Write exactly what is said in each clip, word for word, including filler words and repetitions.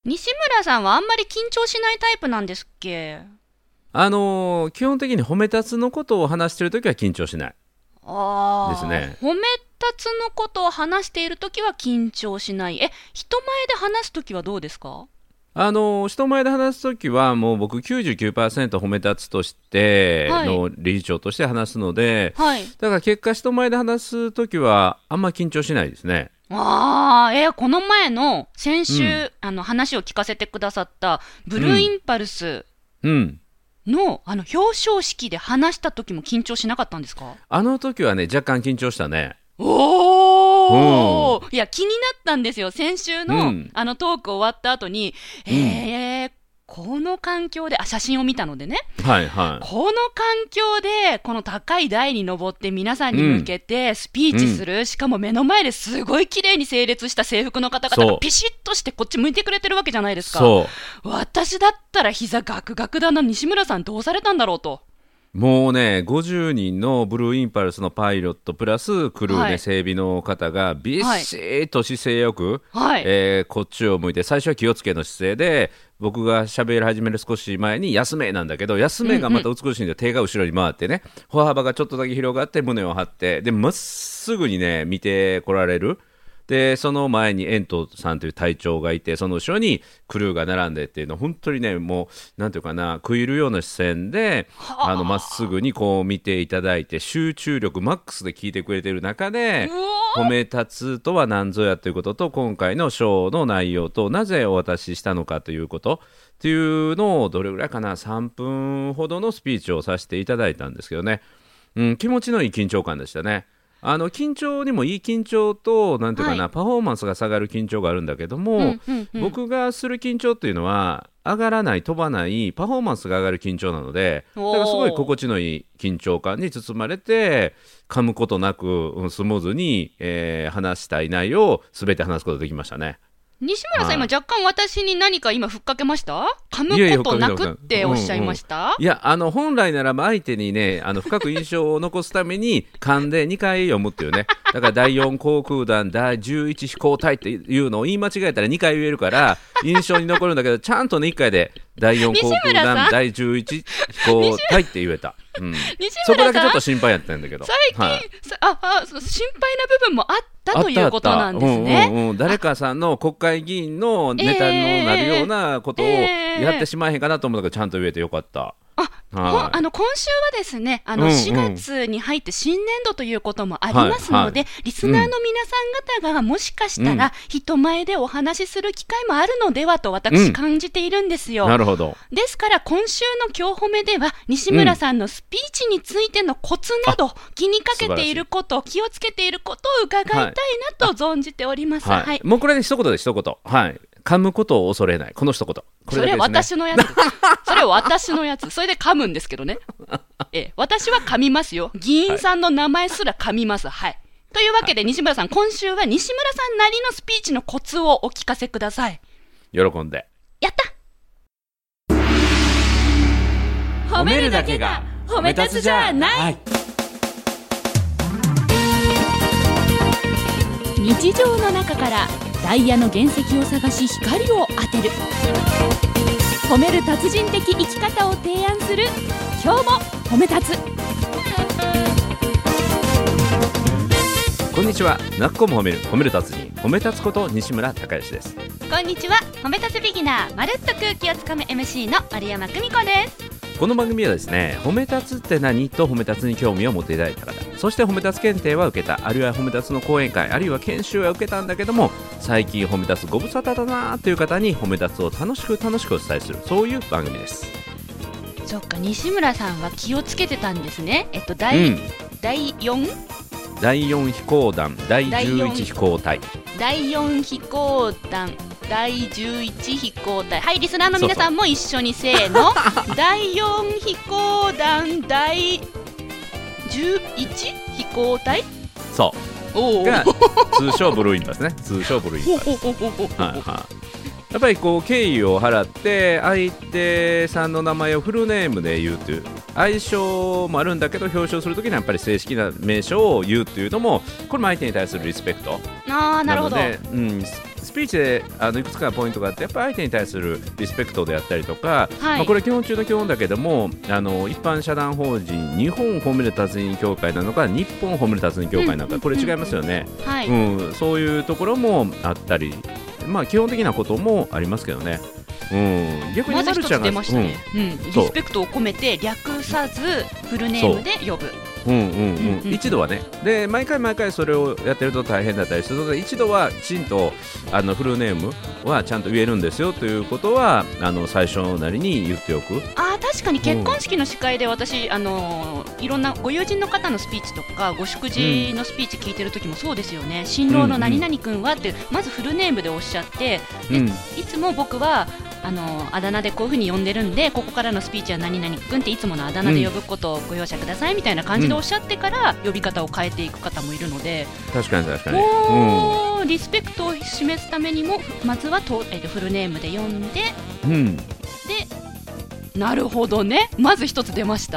西村さんはあんまり緊張しないタイプなんですっけ？ あのー基本的に褒め立つのことを話してるときは緊張しないあですね。 ー、褒め立つのことを話しているときは緊張しない。え、人前で話すときはどうですか？ あのー人前で話すときはもう僕 きゅうじゅうきゅうパーセント 褒め立つとしてはいの理事長として話すので、 はい。 だから結果人前で話すときはあんま緊張しないですね。 あー、えーこの前の先週、 うんあの話を聞かせてくださったブルーインパルスうんの、あの表彰式で話した時も緊張しなかったんですか？ あの時はね若干緊張したね。 おー、いや気になったんですよ。先週の、 うんあのトーク終わった後に、えー、この環境で、あ、写真を見たのでね、 はいはいこの環境でこの高い台に登って皆さんに向けてスピーチする、しかも目の前ですごい綺麗に整列した制服の方々 そうがピシッとしてこっち向いてくれてるわけじゃないですか。 そう私だったら膝ガクガクだな、西村さんどうされたんだろうと。 もうねごじゅうにんのブルーインパルスのパイロットプラスクルーで、 はい整備の方がびっしりと姿勢よく、 はい、 えーこっちを向いて、最初は気をつけの姿勢で僕が喋り始める少し前に休めなんだけど、休めがまた美しいんで、手が後ろに回ってね、歩幅がちょっとだけ広がって胸を張ってでまっすぐにね見てこられる。でその前に遠藤さんという隊長がいて、その後ろにクルーが並んでっていうの、本当にねもうなんていうかな、食い入るような視線であのまっすぐにこう見ていただいて、集中力マックスで聞いてくれてる中で、褒め立つとは何ぞやということと、今回の賞の内容となぜお渡ししたのかということっていうのを、どれぐらいかな、さんぷんほどのスピーチをさせていただいたんですけどね、うん、気持ちのいい緊張感でしたね。あの緊張にもいい緊張と、なんていうかな、 はい、 パフォーマンスが下がる緊張があるんだけども、 うんうんうん、 僕がする緊張っていうのは上がらない、飛ばない、パフォーマンスが上がる緊張なので、だからすごい心地のいい緊張感に包まれて、噛むことなく、うん、スムーズに、えー話したい内容を全て話すことができましたね。 西村さん、 はい今若干私に何か今ふっかけました？噛むいやいやことなくっふっかけてておっしゃいました？ いや、あの本来ならば相手にね、あの深く印象を残すために噛んでにかい読むっていうね、だからだいよん航空団だいじゅういち飛行隊っていうのを言い間違えたらにかい言えるから印象に残るんだけど、ちゃんとねいっかいでだいよん航空団だいじゅういち飛行隊って言えた、うん、 西そこ村さんだけちょっと心配やったんだけど、 最近、 はい、 さああそう心配な部分もあったということなんですね。 あったあった、うんうんうん、誰かさんの国会議員のネタになるようなことをやってしまえへんかなと思ったから、ちゃんと言えてよかった。 あ、 はい、 あの今週はですね、あのうんうんしがつに入って新年度ということもありますので、 はいはい、 リスナーの皆さん方がもしかしたら人前でお話しする機会もあるのではと私感じているんですよ、 うん、なるほど。 ですから今週の今日褒めでは西村さんのスピーチについてのコツなど、気にかけていること、気をつけていることを伺いたいなと存じております、 はいはい、 もうこれで一言で一言、はい、噛むことを恐れない、この一言、これだけですね。 それ私のやつそれ私のやつそれで噛むんですけどねえ私は噛みますよ。議員さんの名前すら噛みます。はい、というわけで、西村さん、今週は西村さんなりのスピーチのコツをお聞かせください。 喜んで。 やった褒めるだけが褒め立つじゃない、はい、 日常の中からダイヤの原石を探し光を当てる、褒める達人的生き方を提案する、今日も褒め立つ。 こんにちは。なっこも褒める褒める達人、褒め立つこと西村孝之です。 こんにちは。褒め立つビギナー、まるっと空気をつかむ エムシー の丸山久美子です。 この番組はですね、褒め立つって何と褒め立つに興味を持っていただいた方、そして褒め立つ検定は受けた、あるいは褒め立つの講演会、あるいは研修は受けたんだけども、最近褒め立つご無沙汰だなという方に褒め立つを楽しく楽しくお伝えする、そういう番組です。 そっか、西村さんは気をつけてたんですね。えっと第、うん、だいよんだいよん飛行団だいじゅういち飛行隊だいよん飛行団だいじゅういち飛行隊、はい、リスナーの皆さんも一緒にせーのだいよん飛行団だいじゅういち飛行隊、 そうおが通称ブルーインパルスね。通称ブルーインパルスはいはい、やっぱりこう敬意を払って相手さんの名前をフルネームで言うという、愛称もあるんだけど表彰するときにはやっぱり正式な名称を言うというのも、これも相手に対するリスペクトあー、なるほど。 なので、うん、スピーチであのいくつかのポイントがあって、やっぱり相手に対するリスペクトであったりとか、 はい、 まあ、これ基本中の基本だけども、あの一般社団法人日本褒める達人協会なのか日本褒める達人協会なのか、これ違いますよね、 はいうん、そういうところもあったり、まあ、基本的なこともありますけどね。うん、逆にまず一つ出ましたね、うんうん、リスペクトを込めて略さずフルネームで呼ぶ。 うんうんうんうん、一度はね。で毎回毎回それをやってると大変だったりするので、一度はきちんとあのフルネームはちゃんと言えるんですよということはあの最初なりに言っておく。 あ、確かに結婚式の司会で私、あのいろんなご友人の方のスピーチとかご祝辞のスピーチ聞いてる時もそうですよね、うん、新郎の何々君はってまずフルネームでおっしゃって、で、うん、いつも僕はあのあだ名でこういう風に呼んでるんで、ここからのスピーチは何々君っていつものあだ名で呼ぶことをご容赦くださいみたいな感じでおっしゃってから呼び方を変えていく方もいるので、 確かに確かに、 うん、リスペクトを示すためにもまずはと、えー、とフルネームで呼んで、うん、でなるほどね、まず一つ出ました。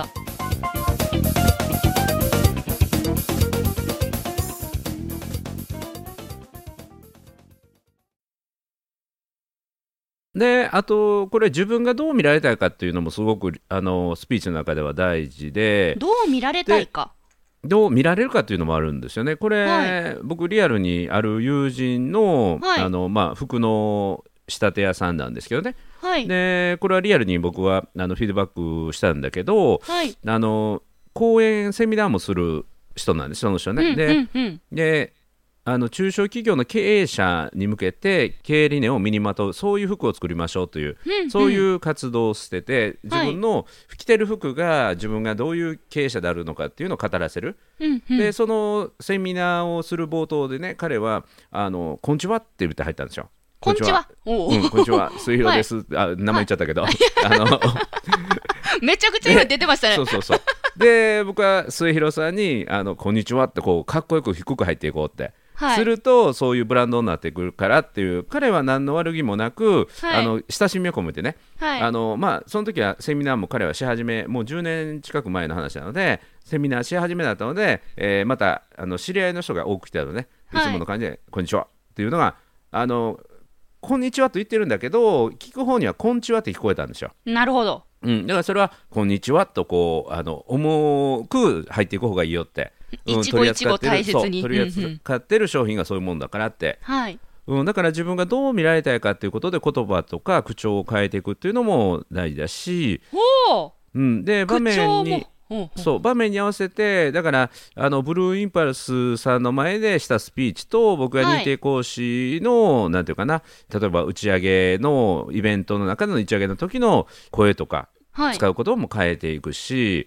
であとこれ自分がどう見られたいかっていうのもすごくあのスピーチの中では大事で、 どう見られたいか、 どう見られるかっていうのもあるんですよね。これ、はい、僕リアルにある友人の、はい、あのまあ、服の仕立て屋さんなんですけどね、はい、でこれはリアルに僕はあのフィードバックしたんだけど、はい、あの講演セミナーもする人なんですその人ね、うんうんうん、で, であの中小企業の経営者に向けて経営理念を身にまとう、そういう服を作りましょうという、うんうん、そういう活動を捨てて、自分の着てる服が自分がどういう経営者であるのかっていうのを語らせる、うんうん、でそのセミナーをする冒頭でね、彼はあのこんにちはって言って入ったんですよ。 こんにちは、 うん、こんにちは、末広です、はい、あ名前言っちゃったけど、はい、あのめちゃくちゃ今出てましたね。 そうそうそうで僕は末広さんにあのこんにちはってこうかっこよく低く入っていこうって、はい、するとそういうブランドになってくるからっていう、彼は何の悪気もなく、はい、あの親しみを込めてね、はい、あのまあ、その時はセミナーも彼はし始め、もうじゅうねん近く前の話なのでセミナーし始めだったので、えー、またあの知り合いの人が多く来たのね、いつもの感じで、はい、こんにちはっていうのがあのこんにちはと言ってるんだけど、聞く方にはこんちはって聞こえたんですよ。 なるほど、 うん、だからそれはこんにちはとこうあの重く入っていく方がいいよって、 うん、一期一会大切に取り扱ってる商品がそういうもんだからって、はい、うん、だから自分がどう見られたいかっていうことで言葉とか口調を変えていくっていうのも大事だし、 お、 うん、で場面にそう場面に合わせて、だからあのブルーインパルスさんの前でしたスピーチと、僕が認定講師の、はい、なんていうかな、例えば打ち上げのイベントの中での打ち上げの時の声とか使うことも変えていくし、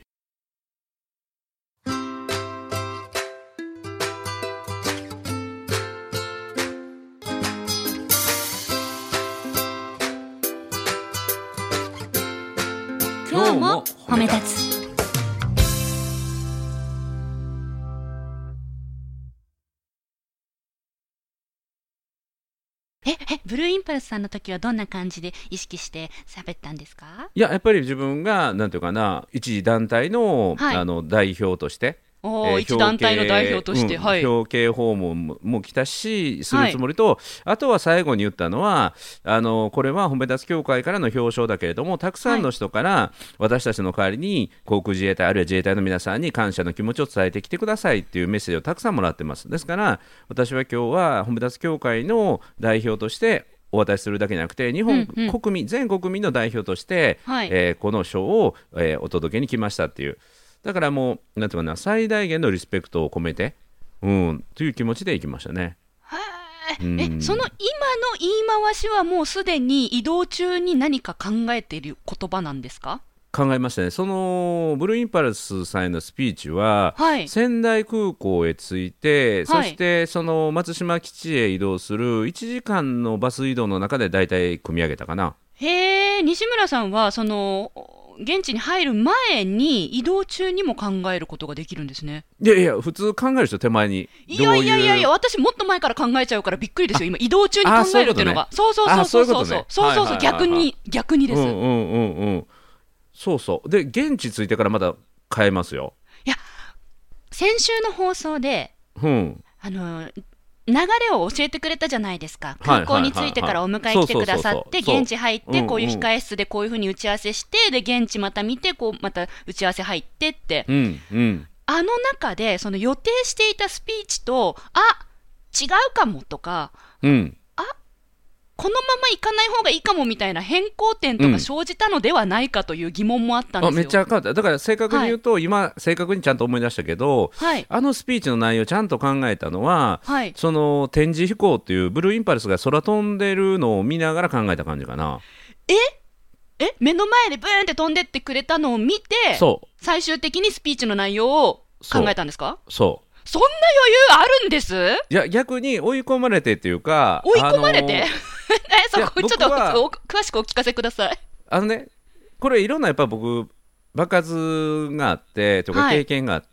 今日も褒め立つ。ええブルーインパルスさんの時はどんな感じで意識して喋ったんですか？ いや、やっぱり自分がなんていうかな、一団体 の,、はい、あの代表として、 お、えー、一団体の代表として、 うん、 はい、 表敬訪問も来たしするつもりと、はい、あとは最後に言ったのは、あのこれは褒め立つ協会からの表彰だけれども、たくさんの人から私たちの代わりに航空自衛隊あるいは自衛隊の皆さんに感謝の気持ちを伝えてきてくださいっていうメッセージをたくさんもらってます。ですから私は今日は褒め立つ協会の代表としてお渡しするだけじゃなくて、日本国民、うんうん、全国民の代表として、はい、えー、この賞を、えー、お届けに来ましたっていう、だからもうなんていうかな、最大限のリスペクトを込めて、うん、という気持ちでいきましたね。 うん、えその今の言い回しはもうすでに移動中に何か考えている言葉なんですか？ 考えましたね。そのブルーインパルスさんへのスピーチは、はい、仙台空港へ着いて、はい、そしてその松島基地へ移動するいちじかんのバス移動の中でだいたい組み上げたかな。 へー、西村さんはその現地に入る前に移動中にも考えることができるんですね。 いやいや、普通考える人手前にいやいやいやいや、私もっと前から考えちゃうからびっくりですよ。今移動中に考えるっていうのが、そうそうそうそうそうそうそうそう、逆に逆にです。うんうんうんうん、 そうそう。で現地着いてからまた変えますよ。 いや、先週の放送で、うん、あの流れを教えてくれたじゃないですか。空港に着いてからお迎え来てくださって、現地入って、こういう控え室でこういうふうに打ち合わせして、で、現地また見て、こう、また打ち合わせ入ってって。 うんうん、 あの中で、その予定していたスピーチと、あ、違うかもとか、 うん、 あ、このまま行かない方がいいかもみたいな変更点とか生じたのではないかという疑問もあったんですよ。 あ、めっちゃ変わった。だから正確に言うと、はい、今正確にちゃんと思い出したけど、はい、あのスピーチの内容をちゃんと考えたのは、はい、その展示飛行っていうブルーインパルスが空飛んでるのを見ながら考えた感じかな。 ええ目の前でブーンって飛んでってくれたのを見て、そう最終的にスピーチの内容を考えたんですか？ そうそんな余裕あるんです？ いや、逆に追い込まれてっていうか、 追い込まれて、あのー、えそこちょっと詳しくお聞かせください。 あのね、これいろんなやっぱ僕場数があってとか経験があって、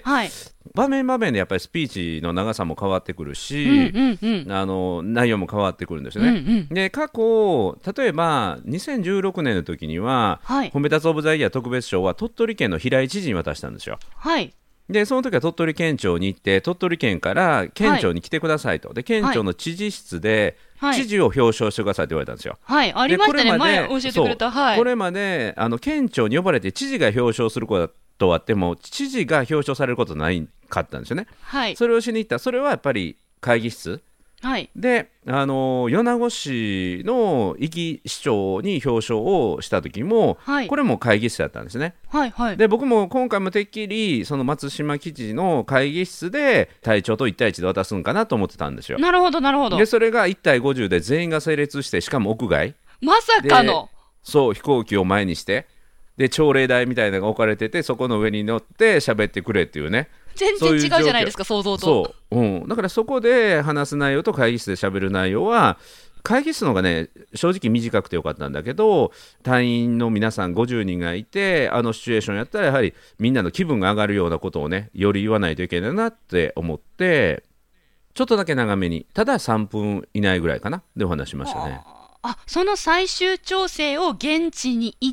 はいはい、場面場面でやっぱりスピーチの長さも変わってくるし、うんうんうん、あの内容も変わってくるんですよね、うんうん、で過去例えばにせんじゅうろくねんの時には、はい、褒め立つオブザイヤー特別賞は鳥取県の平井知事に渡したんですよ。はい。でその時は鳥取県庁に行って鳥取県から県庁に来てくださいと、で県庁の知事室で知事を表彰してくださいって言われたんですよ。 はい、ありましたね、前教えてくれた。はい、 これまであの県庁に呼ばれて知事が表彰することはあっても知事が表彰されることないかったんですよね。はい、それをしに行った。それはやっぱり会議室、はい、であの米子市の壱岐市長に表彰をした時も、はい、これも会議室だったんですね。はいはい、で僕も今回もてっきりその松島基地の会議室で隊長といちたいいちで渡すんかなと思ってたんですよ。 なるほどなるほど。 でそれがいちたいごじゅうで全員が整列して、しかも屋外、 まさかのそう飛行機を前にしてで朝礼台みたいなのが置かれてて、そこの上に乗って喋ってくれっていうね。 全然違うじゃないですか、想像と。 そう、うん、だからそこで話す内容と会議室で喋る内容は、会議室の方がね正直短くてよかったんだけど、隊員の皆さんごじゅうにんがいて、あのシチュエーションやったらやはりみんなの気分が上がるようなことをねより言わないといけないなって思って、ちょっとだけ長めに、たださんぷん以内ぐらいかなでお話しましたね。 あ、その最終調整を現地に行って、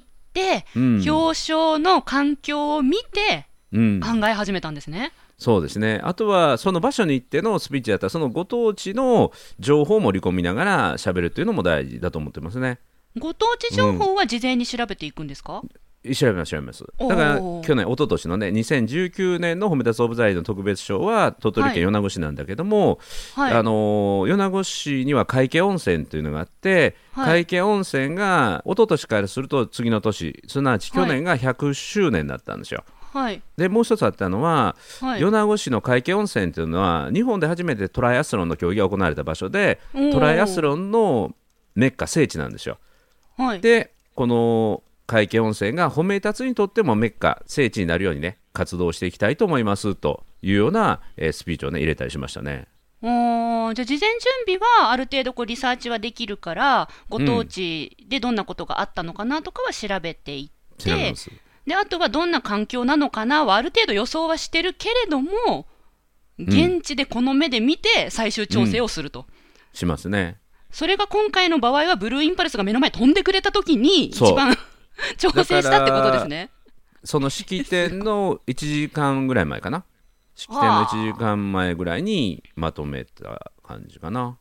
うん、表彰の環境を見て考え始めたんですね。うん、 そうですね。あとはその場所に行ってのスピーチだったら、そのご当地の情報を盛り込みながら喋るっていうのも大事だと思ってますね。 ご当地情報は事前に調べていくんですか？ うん、調べます調べます。だから去年一昨年のねにせんじゅうきゅうねんの褒め立つオブザイヤーの特別賞は鳥取県米子市なんだけども、はい、あの米子市には海家温泉というのがあって、はい、海家温泉が一昨年からすると次の年、すなわち去年がひゃくしゅうねんだったんですよ。はい、でもう一つあったのは、はい、米子市の海家温泉というのは日本で初めてトライアスロンの競技が行われた場所で、トライアスロンのメッカ聖地なんですよ。はい、でこの海家温泉が褒め立つにとってもメッカ聖地になるようにね活動していきたいと思いますというような、えー、スピーチをね入れたりしましたね。 おじゃあ事前準備はある程度こうリサーチはできるから、ご当地でどんなことがあったのかなとかは調べていって、うん、であとはどんな環境なのかなはある程度予想はしてるけれども、現地でこの目で見て最終調整をすると、うん、 しますね。 それが今回の場合はブルーインパルスが目の前飛んでくれた時に一番調整したってことですね。 その式典のいちじかんぐらい前かな式典のいちじかんまえぐらいにまとめた感じかな。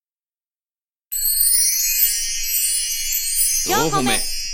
よんほめ。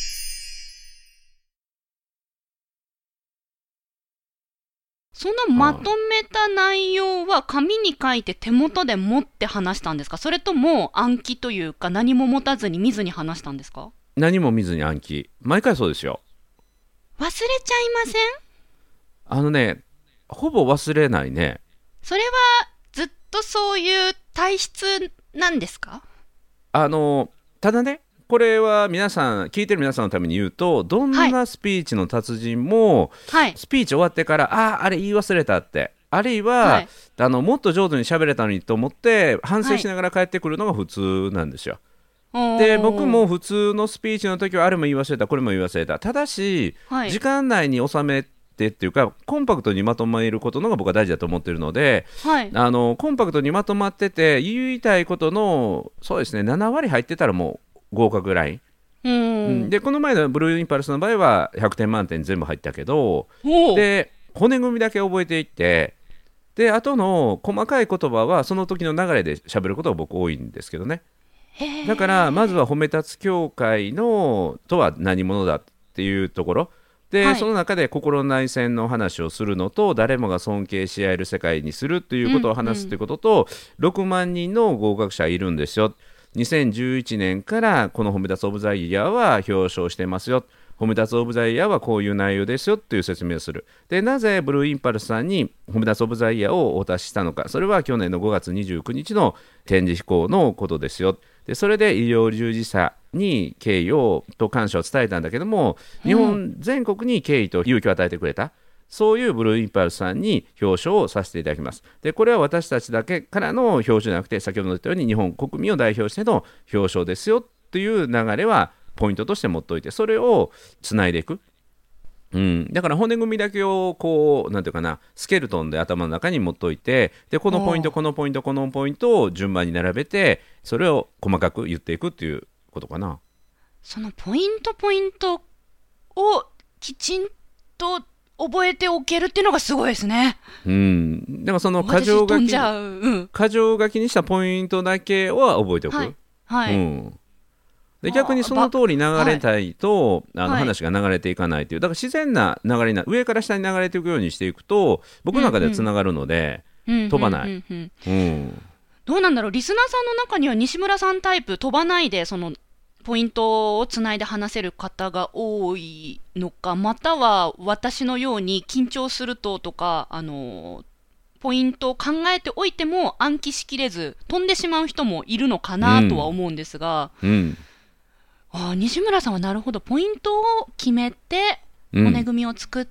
そのまとめた内容は紙に書いて手元で持って話したんですか？それとも暗記というか何も持たずに見ずに話したんですか？ 何も見ずに暗記。毎回そうですよ。 忘れちゃいません？ あのね、ほぼ忘れないね。 それはずっとそういう体質なんですか？ あのただね、これは皆さん聞いてる皆さんのために言うと、どんなスピーチの達人も、はい、スピーチ終わってからあああれ言い忘れたって、あるいは、はい、あのもっと上手に喋れたのにと思って反省しながら帰ってくるのが普通なんですよ。はい、で僕も普通のスピーチの時はあれも言い忘れたこれも言い忘れた、ただし、はい、時間内に収めてっていうかコンパクトにまとめることのが僕は大事だと思っているので、はい、あのコンパクトにまとまってて言いたいことのそうですねななわり入ってたらもう合格ライン。うん、でこの前のブルーインパルスの場合はひゃくてん満点全部入ったけど、で骨組みだけ覚えていってで後の細かい言葉はその時の流れで喋ることが僕多いんですけどね。だからまずは褒め立つ協会のとは何者だっていうところで、はい、その中で心の内戦の話をするのと誰もが尊敬し合える世界にするということを話すということと、うんうん、ろくまんにんの合格者いるんですよ。にせんじゅういちねんからこの褒め立つオブザイヤーは表彰してますよ。褒め立つオブザイヤーはこういう内容ですよという説明をする。でなぜブルーインパルスさんに褒め立つオブザイヤーをお渡ししたのか、それは去年のごがつにじゅうくにちの展示飛行のことですよ。でそれで医療従事者に敬意をと感謝を伝えたんだけども、日本全国に敬意と勇気を与えてくれた、そういうブルーインパルスさんに表彰をさせていただきます。でこれは私たちだけからの表彰じゃなくて、先ほど言ったように日本国民を代表しての表彰ですよという流れはポイントとして持っておいて、それをつないでいく、うん、だから骨組みだけをこうなんていうかな、スケルトンで頭の中に持っておいて、でこのポイントこのポイントこのポイントを順番に並べて、それを細かく言っていくっていうことかな。 そのポイントポイントをきちんと覚えておけるっていうのがすごいですね。 うん、でもその箇条書き、うん、箇条書きにしたポイントだけは覚えておく、はいはい、うん、で逆にその通り流れたいと、あの話が流れていかないという、だから自然な流れな、上から下に流れていくようにしていくと僕の中ではつながるので、うんうん、飛ばない、うんうんうん、 どうなんだろう、リスナーさんの中には西村さんタイプ飛ばないでそのポイントをつないで話せる方が多いのか、または私のように緊張するととか、あのポイントを考えておいても暗記しきれず飛んでしまう人もいるのかなとは思うんですが、うんうん、あ、西村さんはなるほど、ポイントを決めて骨組みを作って、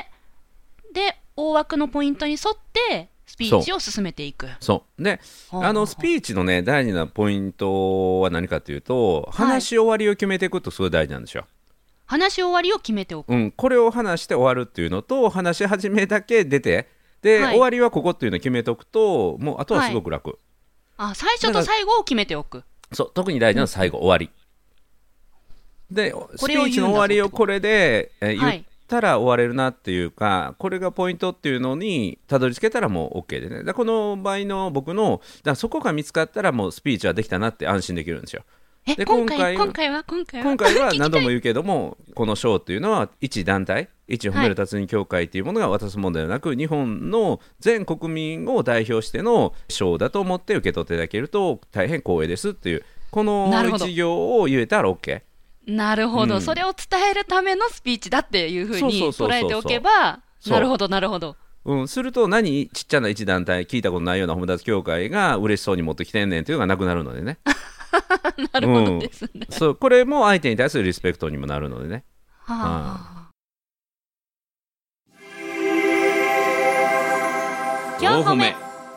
うん、で大枠のポイントに沿ってスピーチを進めていく。 そうで、あのスピーチのね大事なポイントは何かというと、話し終わりを決めていくとすごい大事なんですよ。 話し終わりを決めておく、 うん、これを話して終わるっていうのと、話し始めだけ出て、で、はい、終わりはここっていうのを決めておくと、もうあとはすごく楽、はい、 あ、最初と最後を決めておく。 そう、特に大事なのは最後、うん、終わりで、スピーチの終わりをこれで、えー、言ったら終われるなっていうか、はい、これがポイントっていうのにたどり着けたらもう OK でね。だこの場合の僕のだからそこが見つかったらもうスピーチはできたなって安心できるんですよ。 えで今回今回は今回は今回は何度も言うけどもこの賞っていうのは一団体、一褒める達人協会っていうものが渡すものではなく、はい、日本の全国民を代表しての賞だと思って受け取っていただけると大変光栄ですっていう、この一行を言えたら OK。 なるほど、うん、それを伝えるためのスピーチだっていうふうに捉えておけば、なるほどなるほど、 うん、すると何ちっちゃな一団体聞いたことないような褒め立つ協会が嬉しそうに持ってきてんねんっていうのがなくなるのでねなるほどですね、うん、 そうこれも相手に対するリスペクトにもなるのでね、はあ、 よんほめ。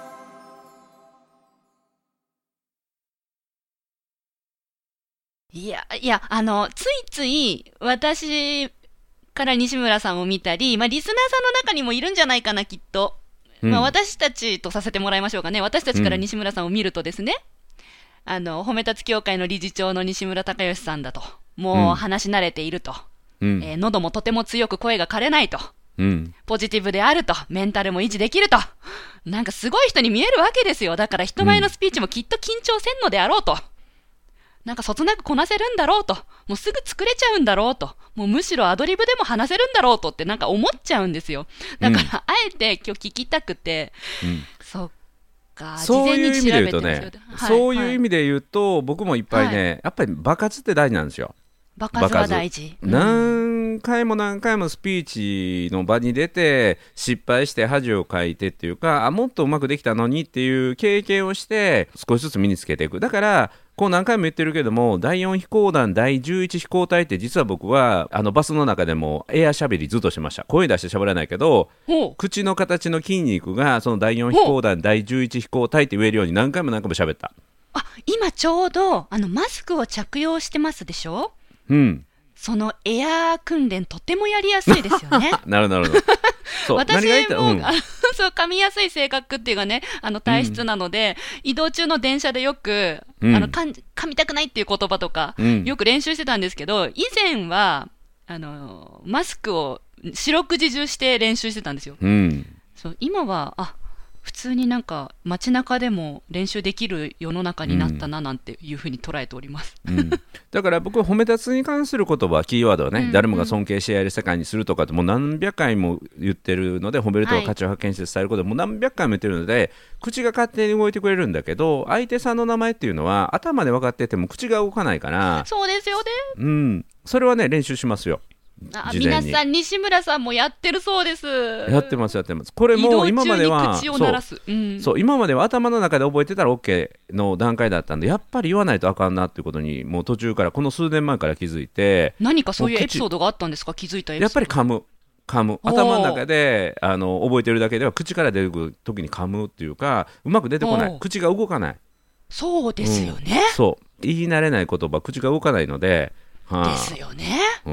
いやいや、あのついつい私から西村さんを見たり、まあ、リスナーさんの中にもいるんじゃないかなきっと、うん、まあ、私たちとさせてもらいましょうかね。私たちから西村さんを見るとですね、うん、あの褒め立つ協会の理事長の西村孝義さんだと、もう話し慣れていると、うん、えー、喉もとても強く声が枯れないと、うん、ポジティブであると、メンタルも維持できると、なんかすごい人に見えるわけですよ。だから人前のスピーチもきっと緊張せんのであろうと、うん、なんかそつなくこなせるんだろうと、もうすぐ作れちゃうんだろうと、もうむしろアドリブでも話せるんだろうとってなんか思っちゃうんですよ。だから、うん、あえて今日聞きたくて、うん、そっか、 そういう意味で言うとね、はい、そういう意味で言うと、はい、僕もいっぱいね、はい、やっぱり爆発って大事なんですよ。 爆発は大事、 うん、何回も何回もスピーチの場に出て失敗して恥をかいてっていうか、あもっとうまくできたのにっていう経験をして少しずつ身につけていく。だからこう何回も言ってるけども、だいよん飛行団だいじゅういち飛行隊って実は僕はあのバスの中でもエアしゃべりずっとしました。声出してしゃべらないけど、口の形の筋肉がそのだいよん飛行団だいじゅういち飛行隊って言えるように何回も何回もしゃべった。 あ、今ちょうどあのマスクを着用してますでしょ。うん、そのエアー訓練とてもやりやすいですよねなるほどなるほどそう私も、うん、そう噛みやすい性格っていうかね、あの体質なので、うん、移動中の電車でよく、うん、あの噛みたくないっていう言葉とか、うん、よく練習してたんですけど、以前はあのマスクを四六時中して練習してたんですよ、うん、そう今はあ普通になんか街中でも練習できる世の中になったななんていうふうに捉えております、 うん、だから僕褒め立つに関する言葉キーワードはね、うんうん、誰もが尊敬し合える世界にするとかってもう何百回も言ってるので、褒めるとは価値を発見して伝えることでもう何百回も言ってるので、口が勝手に動いてくれるんだけど、相手さんの名前っていうのは頭で分かってても口が動かないから。 そうですよね、 うん、それはね練習しますよ。 あ、皆さん西村さんもやってるそうです。 やってますやってます。これも今までは口を鳴らす、 そう、うん、そう今までは頭の中で覚えてたら OK の段階だったんで、やっぱり言わないとあかんなっていうことにもう途中からこの数年前から気づいて。 何かそういうエピソードがあったんですか？気づいたエピソード。 やっぱり噛む噛む頭の中であの覚えてるだけでは口から出てくる時に噛むっていうかうまく出てこない、口が動かない。 そうですよね、うん、 そう言い慣れない言葉、口が動かないので、はあ、 ですよね、 うん、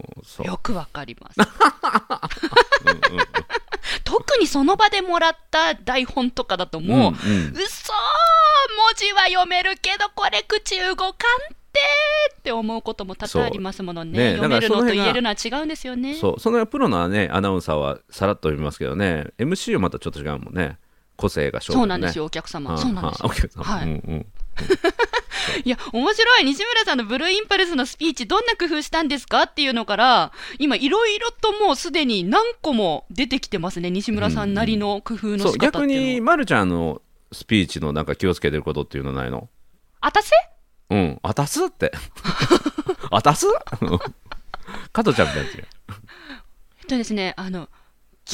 そうよくわかりますうん、うん、特にその場でもらった台本とかだともう、うんうん、うそー、文字は読めるけどこれ口動かんってって思うことも多々ありますもの ね, ね。読めるのと言えるのは違うんですよね。 そう、そのプロの、ね、アナウンサーはさらっと読みますけどね、 エムシー はまたちょっと違うもんね、個性が勝負、ね、 そうなんですよ、お客様、はあ、そうなんですよ、 はあ、お客様、 はい、 うんうんいや面白い。西村さんのブルーインパルスのスピーチどんな工夫したんですかっていうのから今いろいろともうすでに何個も出てきてますね、西村さんなりの工夫の仕方っていうの、うん、そう逆にまるちゃんのスピーチのなんか気をつけてることっていうのないの？ あたせ？ うんあたすってあたす加トちゃんみたいなやつ。 えっとですね、あの緊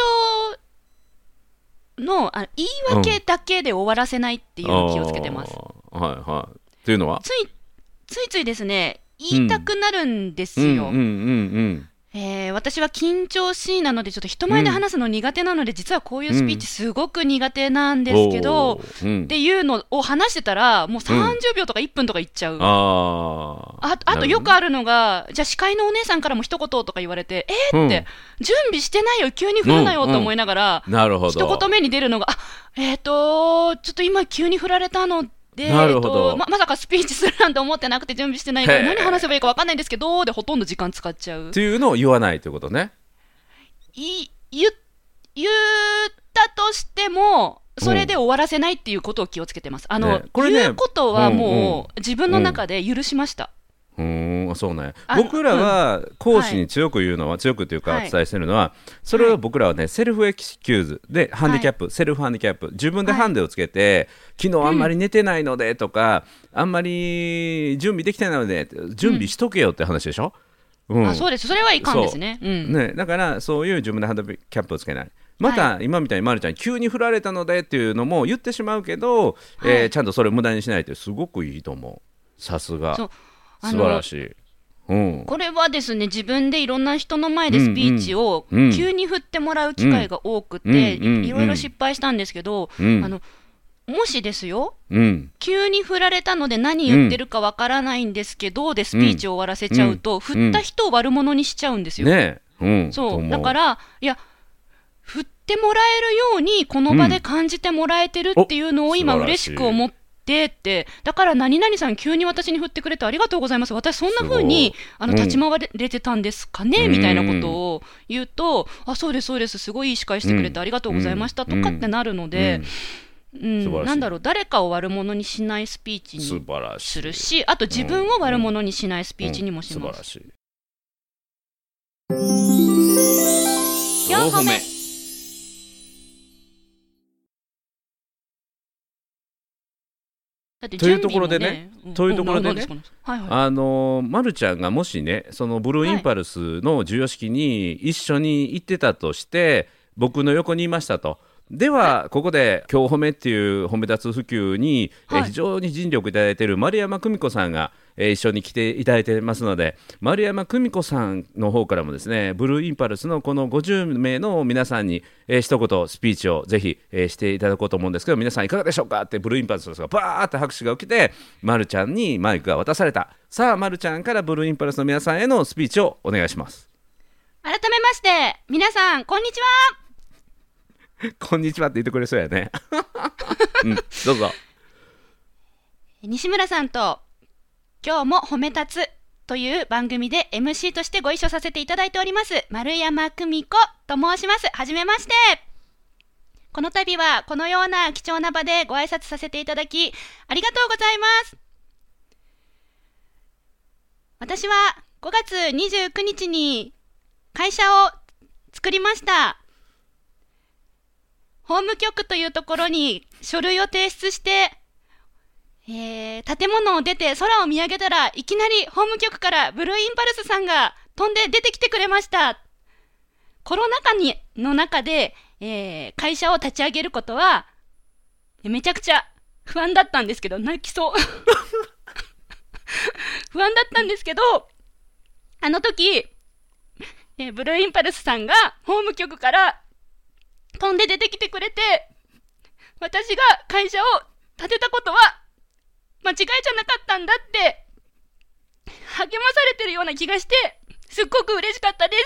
張のあ言い訳だけで終わらせないっていうのを気をつけてます、 うん、はいはい。っていうのはついついついですね言いたくなるんですよ、うんうんうんうんえー、私は緊張しいなのでちょっと人前で話すの苦手なので、うん、実はこういうスピーチすごく苦手なんですけど、うん、っていうのを話してたらもうさんじゅうびょうとかいっぷんとかいっちゃう、うん、あ, あ, あとよくあるのがじゃあ司会のお姉さんからも一言とか言われてえー、って、うん、準備してないよ急に振るなよと思いながら、うんうん、なるほど一言目に出るのがあえっ、ー、とちょっと今急に振られたのでなるほど、 えっと、ま, まさかスピーチするなんて思ってなくて準備してないから何話せばいいか分かんないんですけどでほとんど時間使っちゃうっていうのを言わないということね。 い 言, 言ったとしてもそれで終わらせないっていうことを気をつけてます。あの、ねこれね、言うことはもう、うんうん、自分の中で許しました、 うーんそうね、僕らは講師に強く言うのは、はい、強くというかお伝えしてるのは、はい、それを僕らはねセルフエクスキューズでハンディキャップ、はい、セルフハンディキャップ自分でハンデをつけて、はい、昨日あんまり寝てないのでとか、うん、あんまり準備できてないので準備しとけよって話でしょ、うんうん、 あそうですそれはいかんですね、うん、 ねだからそういう自分でハンディキャップをつけないまた、はい、今みたいにまるちゃん急に振られたのでっていうのも言ってしまうけど、はいえー、ちゃんとそれを無駄にしないってすごくいいと思う。さすが素晴らしい。うん、これはですね自分でいろんな人の前でスピーチを急に振ってもらう機会が多くて、うんうん、いろいろ失敗したんですけど、うん、あのもしですよ、うん、急に振られたので何言ってるかわからないんですけど、うん、でスピーチを終わらせちゃうと、うん、振った人を悪者にしちゃうんですよ、 ねうん、 そうだからいや振ってもらえるようにこの場で感じてもらえてるっていうのを今嬉しく思ってってだから何々さん急に私に振ってくれてありがとうございます私そんな風にあの立ち回れてたんですかね、うん、みたいなことを言うとあそうですそうですすごいいい司会してくれてありがとうございました、うん、とかってなるので、うんうん、なんだろう誰かを悪者にしないスピーチにするしあと自分を悪者にしないスピーチにもします、うんうん、よんほめだってというところでね、 うん、 というところでね、 はいはい、 あのまるちゃんがもしねそのブルーインパルスの授与式に一緒に行ってたとして、はい、僕の横にいましたとでは、はい、ここで今日褒めっていう褒め立つ普及に、はい、え非常に尽力いただいている丸山久美子さんが、えー、一緒に来ていただいてますので丸山久美子さんの方からもですねブルーインパルスのこのごじゅうめいの皆さんに、えー、一言スピーチをぜひ、えー、していただこうと思うんですけど皆さんいかがでしょうかってブルーインパルスがバーって拍手が起きて丸ちゃんにマイクが渡された。さあ丸ちゃんからブルーインパルスの皆さんへのスピーチをお願いします。 改めまして皆さんこんにちはこんにちはって言ってくれそうやね、うん、どうぞ。 西村さんと今日も褒め立つという番組で エムシー としてご一緒させていただいております丸山久美子と申します。はじめまして。 この度はこのような貴重な場でご挨拶させていただきありがとうございます。私はごがつにじゅうくにちに会社を作りました。法務局というところに書類を提出して、えー、建物を出て空を見上げたらいきなり法務局からブルーインパルスさんが飛んで出てきてくれました。コロナ禍にの中で、えー、会社を立ち上げることはめちゃくちゃ不安だったんですけど、泣きそう不安だったんですけど、あの時、えー、ブルーインパルスさんが法務局から飛んで出てきてくれて、私が会社を建てたことは間違いじゃなかったんだって励まされてるような気がして、すっごく嬉しかったです。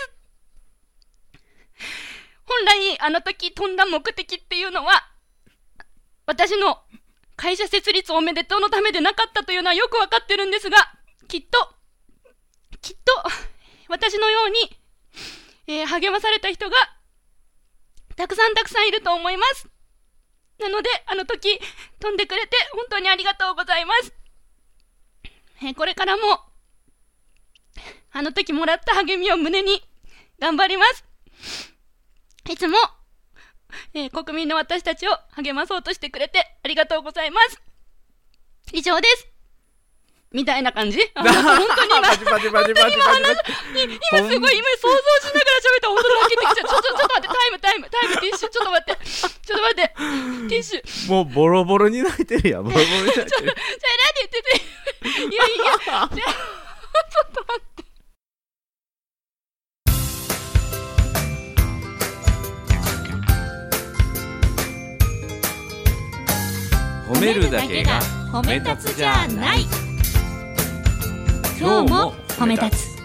本来あの時飛んだ目的っていうのは私の会社設立おめでとうのためでなかったというのはよくわかってるんですが、きっときっと私のように、えー、励まされた人がたくさんたくさんいると思います。なのであの時飛んでくれて本当にありがとうございます。えー、これからもあの時もらった励みを胸に頑張ります。いつも、えー、国民の私たちを励まそうとしてくれてありがとうございます。以上です。みたいな感じ。あ、なんか本当に今、 パチパチパチパチパチ今すごい今想像しながら喋ったら本当に泣けてきちゃう。ちょっとちょっと待って、タイムタイムタイムティッシュ、ちょっと待って、ちょっと待って、ティッシュ。 もうボロボロに泣いてるやん。ボロボロに泣いてる。 じゃあ何言ってて、いやいや、じゃあちょっと待って。 褒めるだけが褒め立つじゃない。今日も褒め立つ。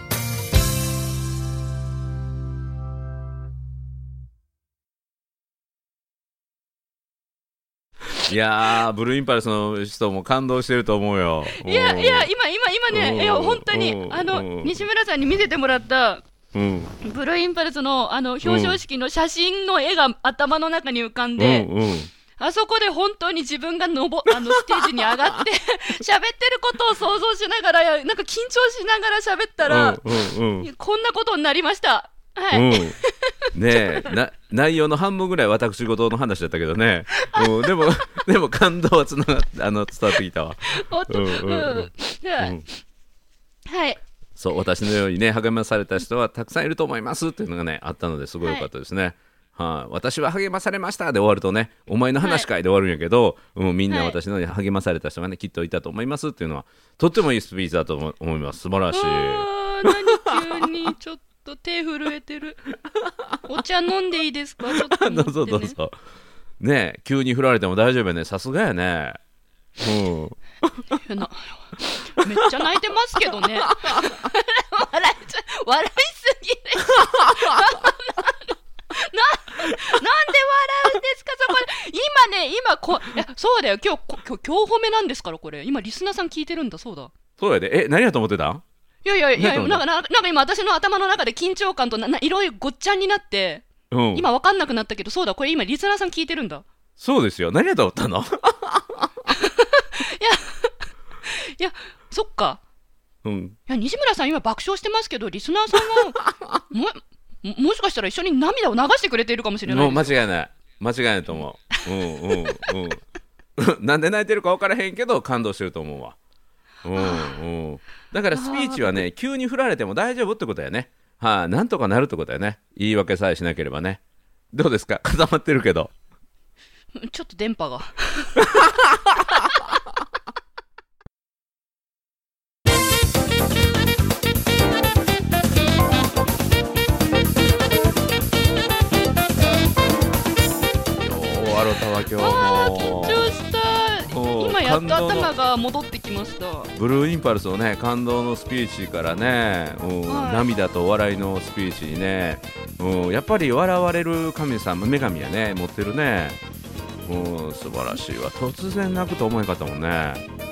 いやー、ブルーインパルスの人も感動してると思うよ。 いやいや、今今今ね、いや本当にあの西村さんに見せてもらったうん、ブルーインパルスのあの表彰式の写真の絵が頭の中に浮かんで、うんうん、あそこで本当に自分がのぼあのステージに上がって喋ってることを想像しながら、なんか緊張しながら喋ったら、うんうんうん、こんなことになりました。はい、うん、ねえな内容の半分ぐらい私事の話だったけどね、うん、でもでも感動はつながってあの伝わってきたわ。うんうんうん、 はい。 そう、私のようにね励まされた人はたくさんいると思いますっていうのがねあったのですごい良かったですね。はいはあ、私は励まされましたで終わるとね、お前の話会で終わるんやけど、はい、うん、みんな私の励まされた人がねきっといたと思いますっていうのはとってもいいスピーチだと思います。素晴らしい。 あ何急にちょっと手震えてるお茶飲んでいいですか。ちょっと、ね、 どうぞどうぞねえ急に振られても大丈夫やね。さすがやね。うん、 なめっちゃ泣いてますけどね笑い笑いすぎるな, なんで笑うんですかそこで。今ね今こいやそうだよ、今日今日今日褒めなんですから。これ今リスナーさん聞いてるんだ。そうだそうやで。え何やと思ってた。 いやいやいやなんかなんか今私の頭の中で緊張感とないろいろごっちゃになって、うん、今分かんなくなったけど、そうだこれ今リスナーさん聞いてるんだ。 そうですよ。何やと思ったのいやいやそっか、うん、いや西村さん今爆笑してますけど、リスナーさんはももしかしたら一緒に涙を流してくれているかもしれないです。 もう間違いない間違いないと思う。うんうんうんなんで泣いてるか分からへんけど感動してると思うわ。うんうん、だからスピーチはね急に振られても大丈夫ってことやね。はあ、なんとかなるってことやね。言い訳さえしなければね。どうですか固まってるけどちょっと電波が笑ったわ今日も。 あ緊張した。今やっと頭が戻ってきました。 ブルーインパルスのね感動のスピーチからね、うんはい、涙と笑いのスピーチにね、うん、やっぱり笑われる神様女神やね持ってるね、うん、素晴らしいわ。突然泣くと思えんかったもんね。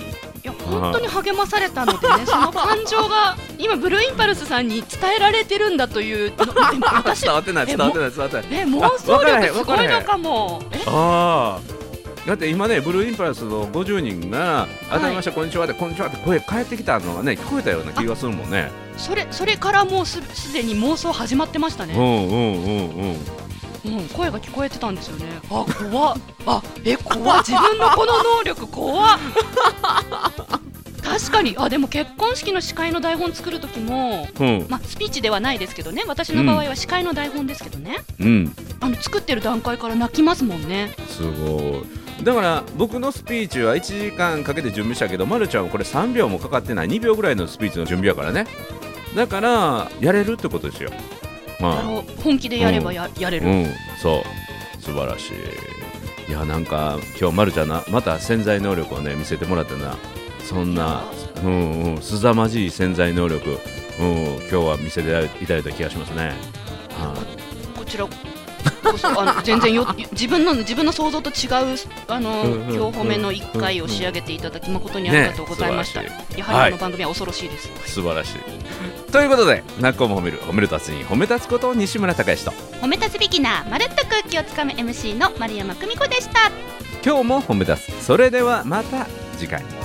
いや本当に励まされたのでね、その感情が今ブルーインパルスさんに伝えられてるんだというの私伝わってない伝わってない伝わってない、 え妄想力すごいのかも。えあだって今ねブルーインパルスのごじゅうにんが改めましてこんにちはってこんにちはって声返ってきたのがね聞こえたような気がするもんね。 それそれからもうすすでに妄想始まってましたね。 うんうんうんうんうん、声が聞こえてたんですよね。あ、怖っ。あ、え、怖っ。自分のこの能力怖っ。確かに。あ、でも結婚式の司会の台本作る時も、うん、まあスピーチではないですけどね、私の場合は司会の台本ですけどね、うん、あの作ってる段階から泣きますもんね。 すごい。だから僕のスピーチはいちじかんかけて準備したけど、まるちゃんはこれさんびょうもかかってない、にびょうぐらいのスピーチの準備やからね。だからやれるってことですよ。 まあ、本気でやれば や,、うん、やれる、 うん、そう素晴らしい。いやなんか今日まるちゃんなまた潜在能力をね見せてもらったな。そんなうんうんすざまじい潜在能力、うん、今日は見せていただいた気がしますね。 はこちらこそあの全然よ自分の自分の想像と違うあの、うんうん、今日褒めのいっかいを仕上げていただき誠にありがとうございました、ね、やはりこの番組は恐ろしいです、 はい、素晴らしい。ということでなっこも褒める褒める達人褒め立つこと西村孝之と褒め立つビギナーまるっと空気をつかむ エムシー の丸山久美子でした。 今日も褒め立つ。それではまた次回。